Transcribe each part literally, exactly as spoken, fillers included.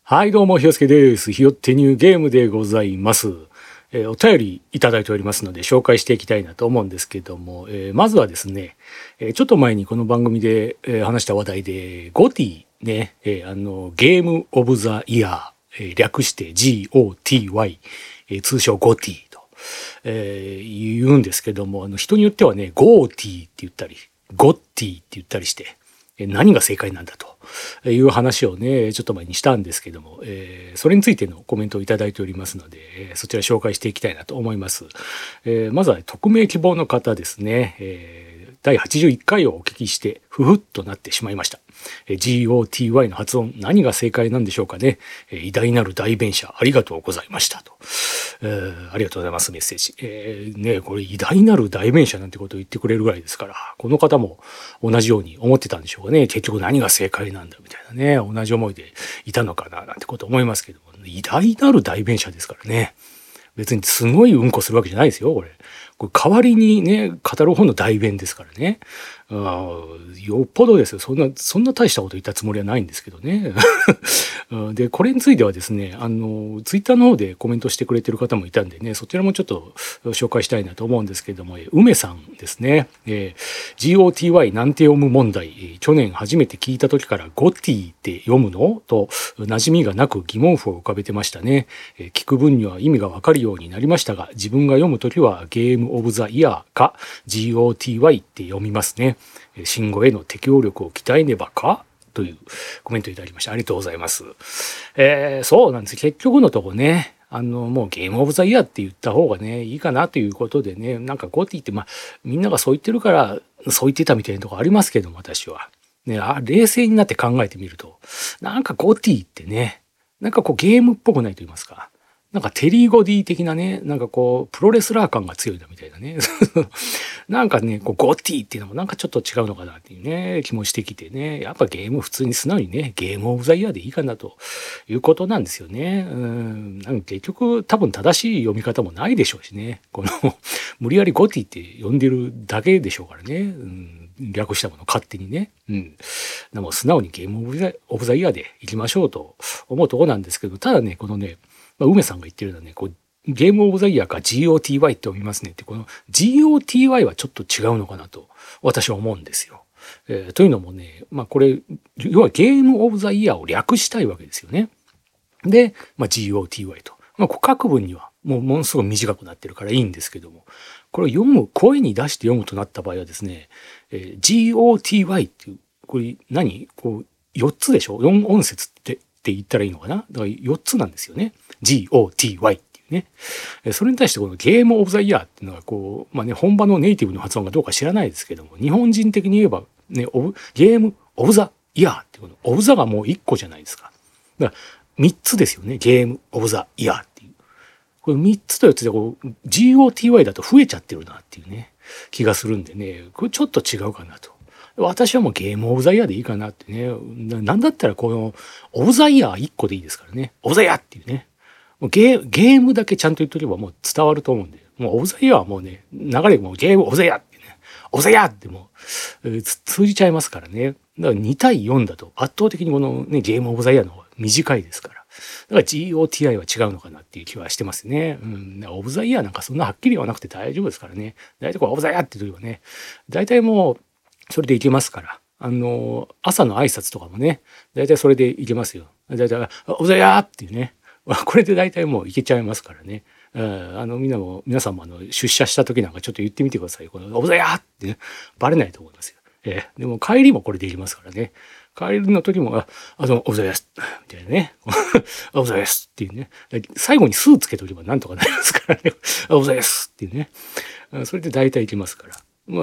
はい、どうも、ひよすけです。ひよってニューゲームでございます。えーお便りいただいておりますので、紹介していきたいなと思うんですけども、えーまずはですね、えーちょっと前にこの番組で、えー話した話題で、ゴティね、えーあの、ゲームオブザイヤー、えー略して ジーオーティーワイ、えー通称ゴティと、えー言うんですけども、あの、人によってはね、ゴーティって言ったり、ゴッティって言ったりして、えー何が正解なんだという話をねちょっと前にしたんですけども、えーそれについてのコメントをいただいておりますので、えーそちら紹介していきたいなと思います。えーまずは匿名希望の方ですね、えーだいはちじゅういっかいをお聞きしてふふっとなってしまいました。えー ジーオーティーワイ の発音何が正解なんでしょうかね。えー偉大なる代弁者ありがとうございましたと、えーありがとうございますメッセージ、えーねこれ偉大なる代弁者なんてことを言ってくれるぐらいですから、この方も同じように思ってたんでしょうかね。結局何が正解なんだみたいなね、同じ思いでいたのかななんてこと思いますけども、偉大なる代弁者ですからね。別にすごいうんこするわけじゃないですよこれ。これ代わりにね語る方の代弁ですからね。あよっぽどですよ。そんなそんな大したこと言ったつもりはないんですけどね。でこれについてはですね、あのツイッターの方でコメントしてくれてる方もいたんでね、そちらもちょっと紹介したいなと思うんですけれども、梅さんですね、えー、ジーオーティーワイ なんて読む問題、去年初めて聞いた時からゴティって読むのと馴染みがなく疑問符を浮かべてましたね。えー聞く分には意味がわかるようになりましたが、自分が読む時はゲームオブザイヤーか ジーオーティーワイ って読みますね。新語への適応力を鍛えねばかというコメントいただきました。ありがとうございます。えー、そうなんです。結局のとこね、あのもうゲームオブザイヤーって言った方がねいいかなということでね、なんかゴティってまあみんながそう言ってるからそう言ってたみたいなとこありますけども、私はね、あ冷静になって考えてみると、なんかゴティってね、なんかこうゲームっぽくないと言いますか、なんかテリー・ゴディ的なね、なんかこうプロレスラー感が強いなみたいなねなんかねこうゴティっていうのもなんかちょっと違うのかなっていうね気もしてきてね、やっぱゲーム普通に素直にねゲームオブザイヤーでいいかなということなんですよね。うんなんか結局多分正しい読み方もないでしょうしね、この無理やりゴティって呼んでるだけでしょうからね、うん略したもの勝手にね、うん、でも素直にゲームオブザオブザイヤーでいきましょうと思うところなんですけど、ただねこのね、まあ、梅さんが言ってるのはね、こうゲームオブザイヤーか ジーオーティーワイ って読みますねって、この ジーオーティーワイ はちょっと違うのかなと私は思うんですよ。えーというのもね、まあこれ要はゲームオブザイヤーを略したいわけですよね。で、まあ、ジーオーティーワイ と、まあ、各文にはもうものすごい短くなってるからいいんですけども、これを読む声に出して読むとなった場合はですね、えー ジーオーティーワイ っていうこれ何こうよっつでしょ、よん音節ってって言ったらいいのかな、だからよっつなんですよね。ジーオーティーワイ っていうね。それに対してこのゲームオブザイヤーっていうのがこう、まあね、本場のネイティブの発音がどうか知らないですけども、日本人的に言えばね、オブゲームオブザイヤーっていうこのオブザがもういっこじゃないですか。だからみっつですよね。ゲームオブザイヤーっていう。これみっつとよっつでこう ジーオーティーワイ だと増えちゃってるなっていうね気がするんでね、これちょっと違うかなと。私はもうゲームオブザイヤーでいいかなってね。なんだったらこのオブザイヤーいっこでいいですからね。オブザイヤーっていうね。もうゲーゲームだけちゃんと言っとけばもう伝わると思うんで、もうオブザイヤーはもうね、流れもうゲームオブザイヤーってね、オブザイヤーってもう、えー通じちゃいますからね。だからに対よんだと圧倒的にこのね、ゲームオブザイヤーの方が短いですから。だから ジーオーティーアイ は違うのかなっていう気はしてますね。うん。オブザイヤーなんかそんなはっきり言わなくて大丈夫ですからね。大体こうオブザイヤーって言うとね、大体もうそれでいけますから。あの、朝の挨拶とかもね、大体それでいけますよ。大体、オブザイヤーっていうね。これで大体もういけちゃいますからね。あのみんなも皆さんもあの出社した時なんかちょっと言ってみてください。このオブザイヤーってね、バレないと思いますよ。えー、でも帰りもこれできますからね。帰りの時も、あ、あの、オブザイヤーみたいなね。オブザイヤーっていうね。最後にスーつけとけばなんとかなりますからね。オブザイヤーっていうね。それで大体いけますから。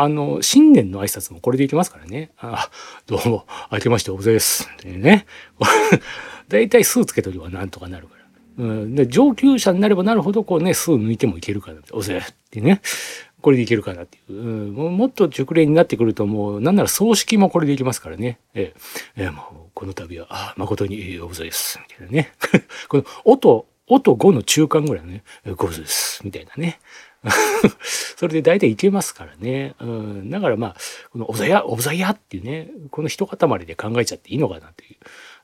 あの、新年の挨拶もこれでいけますからね。あ、どうも、明けましてオブザイヤーってね。大体スーつけとけばなんとかなるから。うん、で上級者になればなるほどこうね数抜いてもいけるかなっておせってね、これでいけるかなっていう、うん、もうもっと熟練になってくるともうなんなら葬式もこれでいきますからね、ええええ、もうこの度はあ誠にオブザイスみたいなねこの音音ごの中間ぐらいのねゴブザイスみたいなねそれで大体いけますからね、うん、だからまあこのオブザイヤオブザイヤっていうねこの一塊で考えちゃっていいのかなという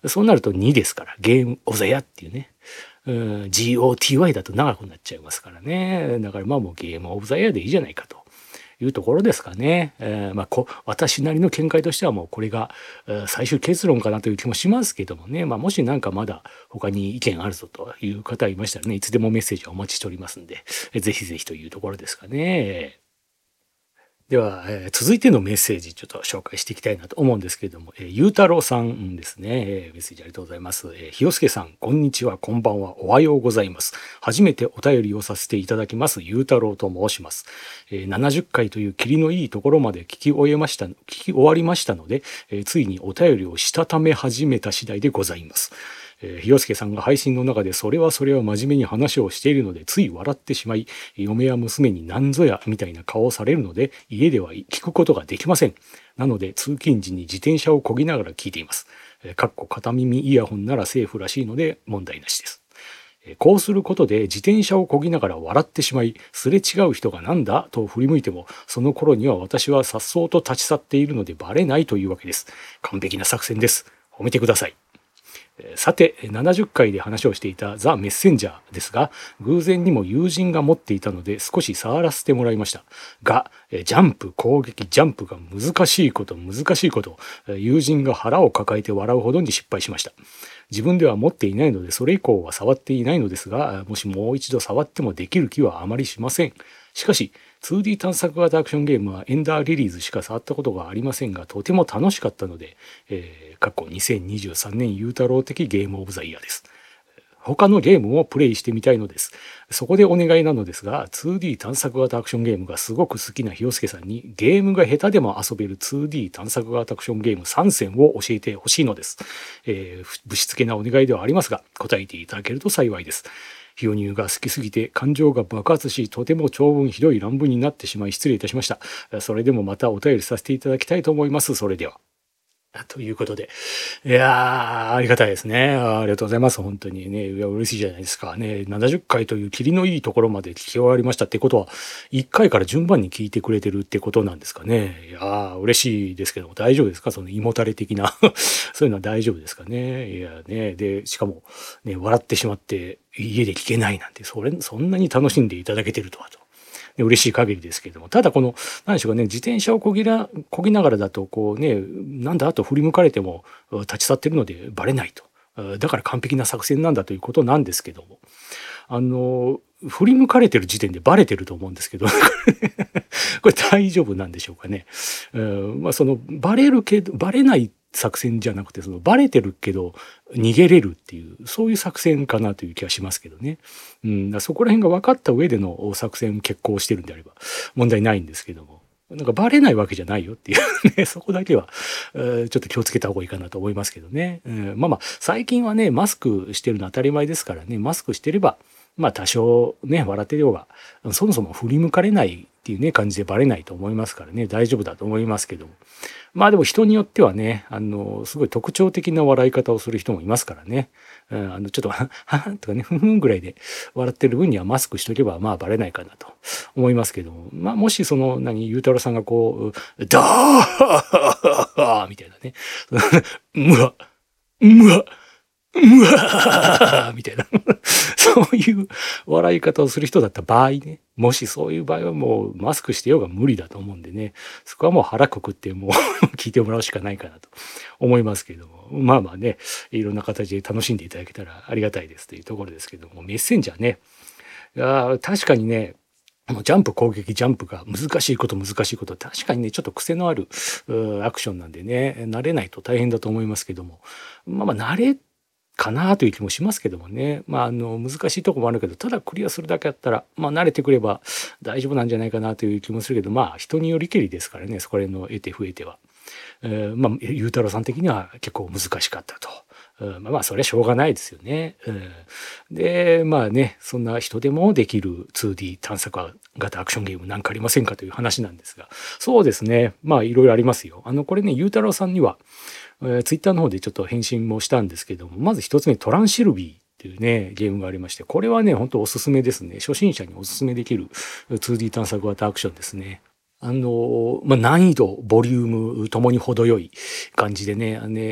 そうなるとにですから、ゲームオブザイヤーっていうね。うん、ジーオーティーワイ だと長くなっちゃいますからね。だからまあもうゲームオブザイヤーでいいじゃないかというところですかね。えー、まあこ私なりの見解としてはもうこれが最終結論かなという気もしますけどもね。まあもしなんかまだ他に意見あるぞという方いましたらね、いつでもメッセージをお待ちしておりますんで、ぜひぜひというところですかね。では、えー、続いてのメッセージちょっと紹介していきたいなと思うんですけれども、えー、ゆうたろうさんですね、えー、メッセージありがとうございます。えー、ひよすけさん、こんにちは、こんばんは、おはようございます。初めてお便りをさせていただきます、ゆうたろうと申します。えー、ななじゅっかいという霧のいいところまで聞き終えました、聞き終わりましたので、えー、ついにお便りをしたため始めた次第でございます。えー、ひよすけさんが配信の中でそれはそれは真面目に話をしているのでつい笑ってしまい、嫁や娘に何ぞやみたいな顔をされるので家では聞くことができません。なので通勤時に自転車を漕ぎながら聞いています。えー、かっこ片耳イヤホンならセーフらしいので問題なしです。こうすることで自転車を漕ぎながら笑ってしまい、すれ違う人がなんだと振り向いても、その頃には私は颯爽と立ち去っているのでバレないというわけです。完璧な作戦です。褒めてください。さて、ななじゅっかいで話をしていたザ・メッセンジャーですが、偶然にも友人が持っていたので少し触らせてもらいました。が、ジャンプ、攻撃、ジャンプが難しいこと、難しいこと、友人が腹を抱えて笑うほどに失敗しました。自分では持っていないので、それ以降は触っていないのですが、もしもう一度触ってもできる気はあまりしません。しかし、ツーディー 探索型アクションゲームはエンダーリリーズしか触ったことがありませんが、とても楽しかったので、えー、過去にせんにじゅうさんねんゆうたろう的ゲームオブザイヤーです。他のゲームもプレイしてみたいのです。そこでお願いなのですが、ツーディー 探索型アクションゲームがすごく好きなひよすけさんに、ゲームが下手でも遊べる ツーディー 探索型アクションゲームさんせんを教えてほしいのです。えー、ぶしつけなお願いではありますが、答えていただけると幸いです。ヒヨニューが好きすぎて感情が爆発し、とても長文ひどい乱文になってしまい失礼いたしました。それでもまたお便りさせていただきたいと思います。それでは。ということで。いやー、ありがたいですね。ありがとうございます。本当にね。いや、嬉しいじゃないですか。ね、ななじゅっかいという霧のいいところまで聞き終わりましたってことは、いっかいから順番に聞いてくれてるってことなんですかね。いやー、嬉しいですけども、大丈夫ですか？その胃もたれ的な。そういうのは大丈夫ですかね。いやね。で、しかも、ね、笑ってしまって、家で聞けないなんて、それ、そんなに楽しんでいただけてるとはと。嬉しい限りですけれども、ただこの何でしょうかね、自転車をこぎらこぎながらだとこうね、なんだと振り向かれても立ち去ってるのでバレないと、だから完璧な作戦なんだということなんですけども、あの振り向かれてる時点でバレてると思うんですけどこれ大丈夫なんでしょうかね。うん、まあそのバレるけどバレない作戦じゃなくて、そのバレてるけど逃げれるっていうそういう作戦かなという気がしますけどね。うん、そこら辺が分かった上での作戦決行してるんであれば問題ないんですけども、なんかバレないわけじゃないよっていうね、そこだけは、えー、ちょっと気をつけた方がいいかなと思いますけどね。うん、まあまあ最近はねマスクしてるの当たり前ですからね、マスクしてればまあ多少ね笑ってようがそもそも振り向かれないっていうね感じでバレないと思いますからね、大丈夫だと思いますけども。まあでも人によってはね、あの、すごい特徴的な笑い方をする人もいますからね。うん、あの、ちょっと、ははんとかね、ふふんぐらいで笑ってる分にはマスクしとけば、まあバレないかなと思いますけども。まあもしその、何、ゆうたろうさんがこう、ダーみたいなね。むわ、むわ、うわーみたいなそういう笑い方をする人だった場合ね、もしそういう場合はもうマスクしてようが無理だと思うんでね、そこはもう腹くくってもう聞いてもらうしかないかなと思いますけれども、まあまあね、いろんな形で楽しんでいただけたらありがたいですというところですけども、メッセンジャーね、いや確かにね、ジャンプ攻撃ジャンプが難しいこと難しいこと確かにねちょっと癖のあるアクションなんでね、慣れないと大変だと思いますけども、まあまあ慣れかなという気もしますけどもね。まああの難しいとこもあるけど、ただクリアするだけだったらまあ慣れてくれば大丈夫なんじゃないかなという気もするけど、まあ人によりけりですからね、そこら辺の得て増えては、えー、まあゆうたろうさん的には結構難しかったと。うん、まあそれはしょうがないですよね。うん、でまあね、そんな人でもできる ツーディー 探索型アクションゲームなんかありませんかという話なんですが、そうですね、まあいろいろありますよ。あのこれね、ゆうたろうさんにはえー、ツイッターの方でちょっと返信もしたんですけども、まず一つ目トランシルビーっていうねゲームがありまして、これはね本当おすすめですね。初心者におすすめできる ツーディー 探索型アクションですね。あのまあ難易度ボリュームともに程よい感じでね、あのね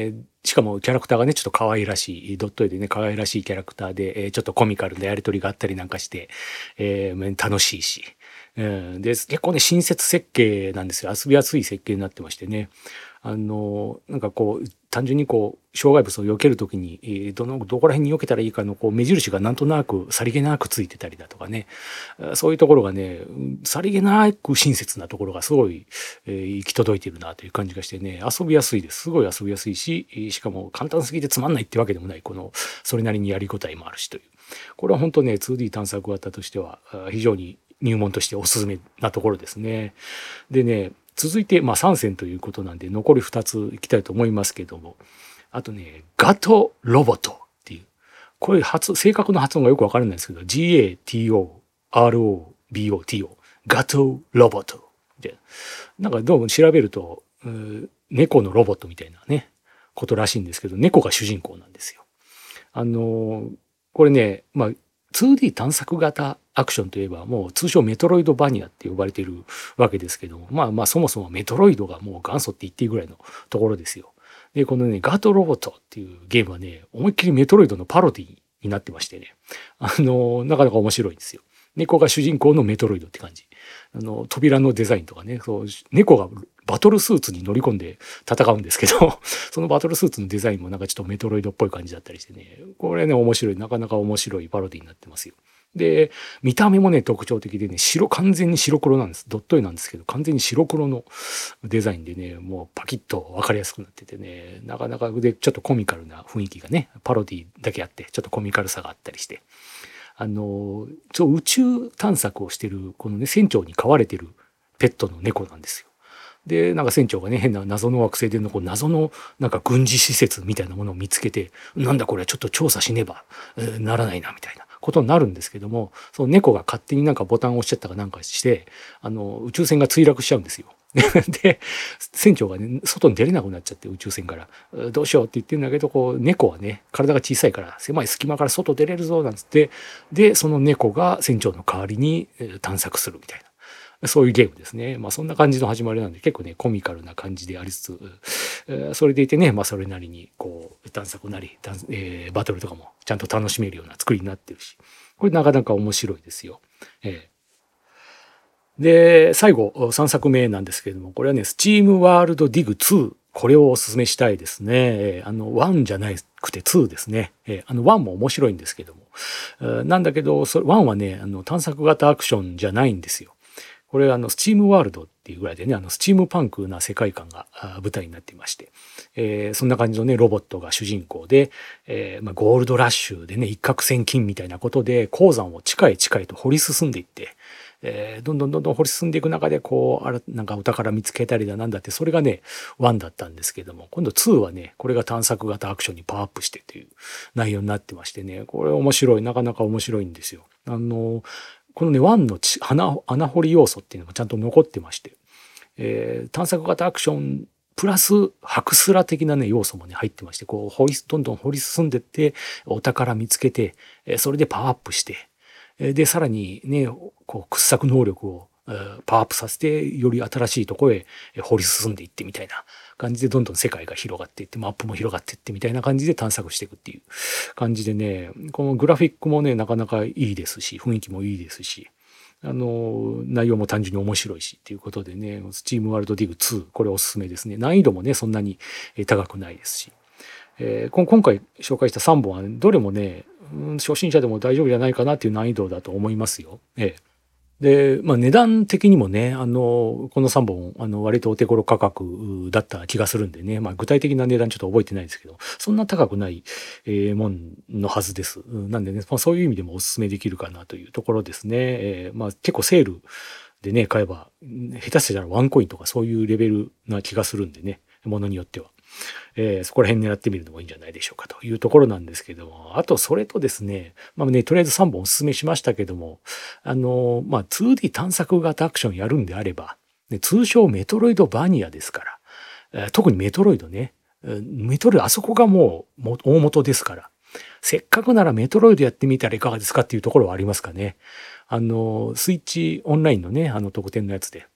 しかもキャラクターがねちょっと可愛らしいドット絵でね可愛らしいキャラクターで、えー、ちょっとコミカルなやり取りがあったりなんかして、えー、楽しいし、うん、で結構ね親切設計なんですよ。遊びやすい設計になってましてね、あのなんかこう単純にこう障害物を避けるときに、えー、どのどこら辺に避けたらいいかのこう目印がなんとなくさりげなくついてたりだとかね、そういうところがねさりげなく親切なところがすごい、えー、行き届いているなという感じがしてね、遊びやすいです。すごい遊びやすいし、しかも簡単すぎてつまんないってわけでもない、このそれなりにやりごたえもあるしという、これは本当ね ツーディー 探索型としては非常に入門としておすすめなところですね。でね続いて、まあ、さんせんということなんで残りふたついきたいと思いますけども、あとねガトロボトっていう、これ発正確な発音がよくわからないんですけど ジーエーティーオーアールオービーオーティーオー ガトロボトで、なんかどうも調べると猫のロボットみたいなねことらしいんですけど、猫が主人公なんですよ。あのこれねまあツーディー 探索型アクションといえばもう通称メトロイドバニアって呼ばれているわけですけども、まあまあそもそもメトロイドがもう元祖って言っていいぐらいのところですよ。でこのねガトロボットっていうゲームはね思いっきりメトロイドのパロディになってましてね、あのなかなか面白いんですよ。猫が主人公のメトロイドって感じ。あの扉のデザインとかね、そう猫がバトルスーツに乗り込んで戦うんですけどそのバトルスーツのデザインもなんかちょっとメトロイドっぽい感じだったりしてね、これね面白い、なかなか面白いパロディになってますよ。で見た目もね特徴的でね白完全に白黒なんです。ドット絵なんですけど完全に白黒のデザインでねもうパキッと分かりやすくなっててね、なかなかでちょっとコミカルな雰囲気がねパロディだけあってちょっとコミカルさがあったりして、あのそう宇宙探索をしてるこのね船長に飼われてるペットの猫なんですよ。でなんか船長がね変な謎の惑星でのこう謎のなんか軍事施設みたいなものを見つけて、なんだこれはちょっと調査しねば、えー、ならないなみたいなことになるんですけども、その猫が勝手になんかボタンを押しちゃったかなんかしてあの宇宙船が墜落しちゃうんですよ。で船長がね外に出れなくなっちゃって宇宙船からどうしようって言ってるんだけど、こう猫はね体が小さいから狭い隙間から外出れるぞなんつって、でその猫が船長の代わりに探索するみたいな。そういうゲームですね。まあそんな感じの始まりなんで結構ねコミカルな感じでありつつ、えー、それでいてね、まあそれなりにこう探索なり、えー、バトルとかもちゃんと楽しめるような作りになってるし、これなかなか面白いですよ。えー、で最後さんさくめなんですけれども、これはねスチームワールドディグツー、これをおすすめしたいですね。えー、あのワンじゃなくてツーですね。えー、あのワンも面白いんですけども、えー、なんだけどそワンはねあの探索型アクションじゃないんですよ。これあのスチームワールドっていうぐらいでね、あのスチームパンクな世界観が舞台になっていまして、えー、そんな感じのねロボットが主人公で、えーまあ、ゴールドラッシュでね一攫千金みたいなことで鉱山を地下へ地下へと掘り進んでいって、えー、どんどんどんどん掘り進んでいく中でこうあらなんかお宝見つけたりだなんだって、それがねワンだったんですけども、今度ツーはねこれが探索型アクションにパワーアップしてという内容になってましてね、これ面白い、なかなか面白いんですよ。あのこのねワンの穴穴掘り要素っていうのもちゃんと残ってまして、えー、探索型アクションプラスハクスラ的なね要素もね入ってまして、こう掘りどんどん掘り進んでってお宝見つけて、えー、それでパワーアップして、えー、でさらにねこう掘削能力をパワーアップさせてより新しいところへ掘り進んでいってみたいな感じで、どんどん世界が広がっていってマップも広がっていってみたいな感じで探索していくっていう感じでね、このグラフィックもねなかなかいいですし雰囲気もいいですし、あの内容も単純に面白いしっていうことでね、スチームワールドディグツーこれおすすめですね。難易度もねそんなに高くないですし、えー、今回紹介したさんぼんはどれもね、うん、初心者でも大丈夫じゃないかなっていう難易度だと思いますよ。えーで、まあ値段的にもね、あの、このさんぼん、あの、割とお手頃価格だった気がするんでね、まあ具体的な値段ちょっと覚えてないですけど、そんな高くない、えー、もんのはずです。なんでね、まあ、そういう意味でもお勧めできるかなというところですね。えー、まあ結構セールでね、買えば、下手したらワンコインとかそういうレベルな気がするんでね、ものによっては。えー、そこら辺狙ってみるのもいいんじゃないでしょうかというところなんですけども、あとそれとですね、まあね、とりあえずさんぼんお勧めしましたけども、あの、まあ ツーディー 探索型アクションやるんであれば、ね、通称メトロイドバニアですから、えー、特にメトロイドね、メトロイドあそこがもう大元ですから、せっかくならメトロイドやってみたらいかがですかっていうところはありますかね。あの、スイッチオンラインのね、あの特典のやつで、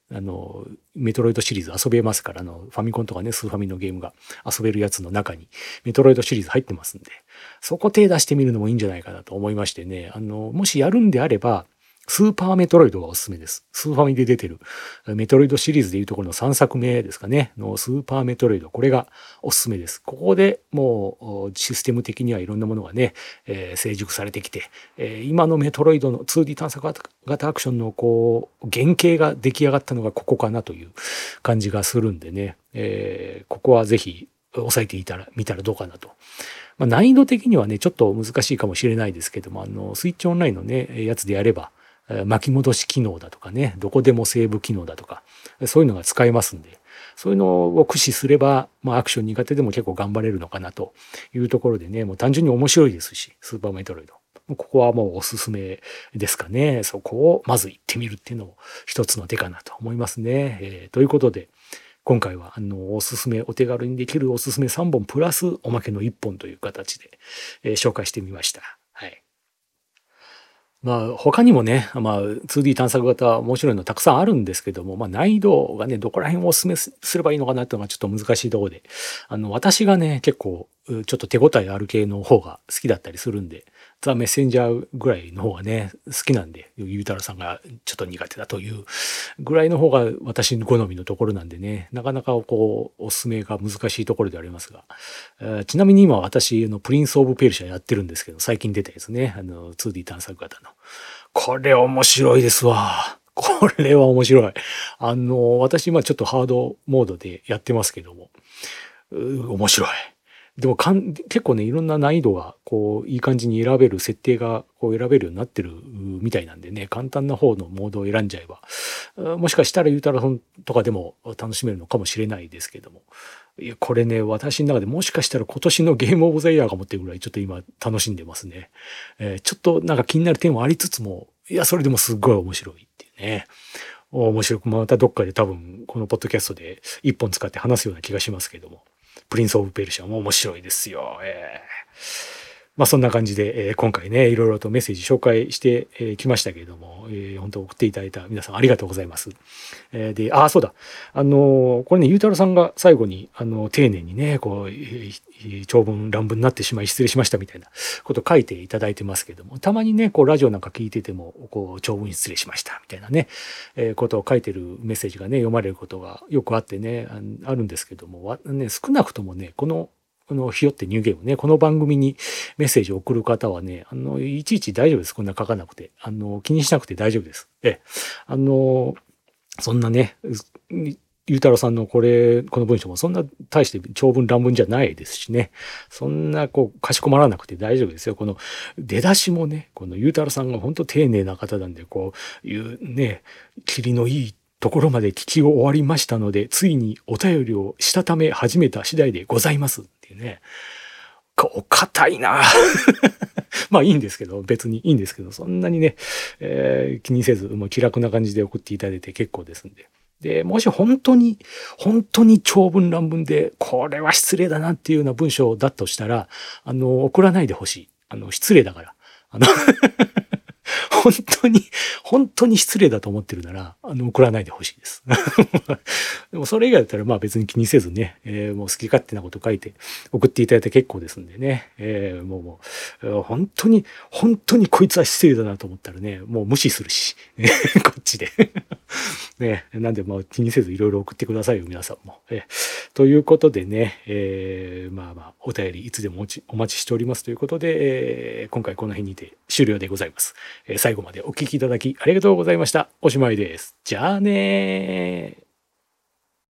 あの、メトロイドシリーズ遊べますから、あの、ファミコンとかね、スーファミのゲームが遊べるやつの中に、メトロイドシリーズ入ってますんで、そこ手出してみるのもいいんじゃないかなと思いましてね、あの、もしやるんであれば、スーパーメトロイドがおすすめです。スーファミで出てるメトロイドシリーズでいうところのさんさくめですかね、のスーパーメトロイド。これがおすすめです。ここでもうシステム的にはいろんなものがね、えー、成熟されてきて、えー、今のメトロイドの ツーディー 探索型アクションのこう原型が出来上がったのがここかなという感じがするんでね、えー、ここはぜひ押さえていたら見たらどうかなと。まあ、難易度的にはねちょっと難しいかもしれないですけども、あのスイッチオンラインのねやつでやれば巻き戻し機能だとかね、どこでもセーブ機能だとか、そういうのが使えますんで、そういうのを駆使すれば、まあアクション苦手でも結構頑張れるのかなというところでね、もう単純に面白いですし、スーパーメトロイド。ここはもうおすすめですかね。そこをまず行ってみるっていうのも一つの手かなと思いますね。えー、ということで、今回はあのおすすめ、お手軽にできるおすすめさんぼんプラスおまけのいっぽんという形で、えー、紹介してみました。はい。まあ他にもね、まあ ツーディー 探索型面白いのたくさんあるんですけども、まあ難易度がね、どこら辺をお勧めすればいいのかなっていうのがちょっと難しいところで、あの私がね、結構ちょっと手応えある系の方が好きだったりするんで、ザ・メッセンジャーぐらいの方がね、好きなんで、ゆうたろうさんがちょっと苦手だというぐらいの方が私の好みのところなんでね、なかなかこう、おすすめが難しいところでありますが、えー、ちなみに今私のプリンス・オブ・ペルシャやってるんですけど、最近出たやつね、あの ツーディー 探索型の。これ面白いですわ。これは面白い。あの、私今ちょっとハードモードでやってますけども、面白い。でもかん結構ねいろんな難易度がこういい感じに選べる設定がこう選べるようになってるみたいなんでね、簡単な方のモードを選んじゃえばもしかしたらゆうたろうさんとかでも楽しめるのかもしれないですけども、いやこれね私の中でもしかしたら今年のゲームオブザイヤーかもっていうぐらいちょっと今楽しんでますね。えー、ちょっとなんか気になる点はありつつも、いやそれでもすっごい面白いっていうね。面白くまたどっかで多分このポッドキャストで一本使って話すような気がしますけども。プリンス・オブ・ペルシャも面白いですよ。えー、まあそんな感じで、えー、今回ねいろいろとメッセージ紹介してき、えー、ましたけれども、えー、本当送っていただいた皆さんありがとうございます。えー、で、ああそうだ、あのー、これねゆうたろうさんが最後にあの丁寧にねこう、えー、長文乱文になってしまい失礼しましたみたいなこと書いていただいてますけども、たまにねこうラジオなんか聞いててもこう長文失礼しましたみたいなね、えー、ことを書いてるメッセージがね読まれることがよくあってね あ, あるんですけども、ね、少なくともねこのこのひよってニューゲームね、この番組にメッセージを送る方はね、あの、いちいち大丈夫です。こんな書かなくて。あの、気にしなくて大丈夫です。え、あの、そんなね、ゆうたろうさんのこれ、この文章もそんな大して長文乱文じゃないですしね。そんなこう、かしこまらなくて大丈夫ですよ。この出だしもね、このゆうたろうさんが本当丁寧な方なんで、こういうね、霧のいいところまで聞き終わりましたので、ついにお便りをしたため始めた次第でございますっていうね。お堅いなまあいいんですけど、別にいいんですけど、そんなにね、えー、気にせず、もう気楽な感じで送っていただいて結構ですんで。で、もし本当に、本当に長文乱文で、これは失礼だなっていうような文章だとしたら、あの、送らないでほしい。あの、失礼だから。あの本当に、本当に失礼だと思ってるなら、あの、送らないでほしいです。でもそれ以外だったら、まあ別に気にせずね、えー、もう好き勝手なこと書いて送っていただいて結構ですんでね、えー、もうもう、本当に、本当にこいつは失礼だなと思ったらね、もう無視するし、こっちで。ね、なんでまあ気にせずいろいろ送ってくださいよ、皆さんも。えー、ということでね、えー、まあまあ、お便りいつでもお待ちしておりますということで、えー、今回この辺にて終了でございます。えー、最後までお聞きいただきありがとうございました。おしまいです。じゃあねー。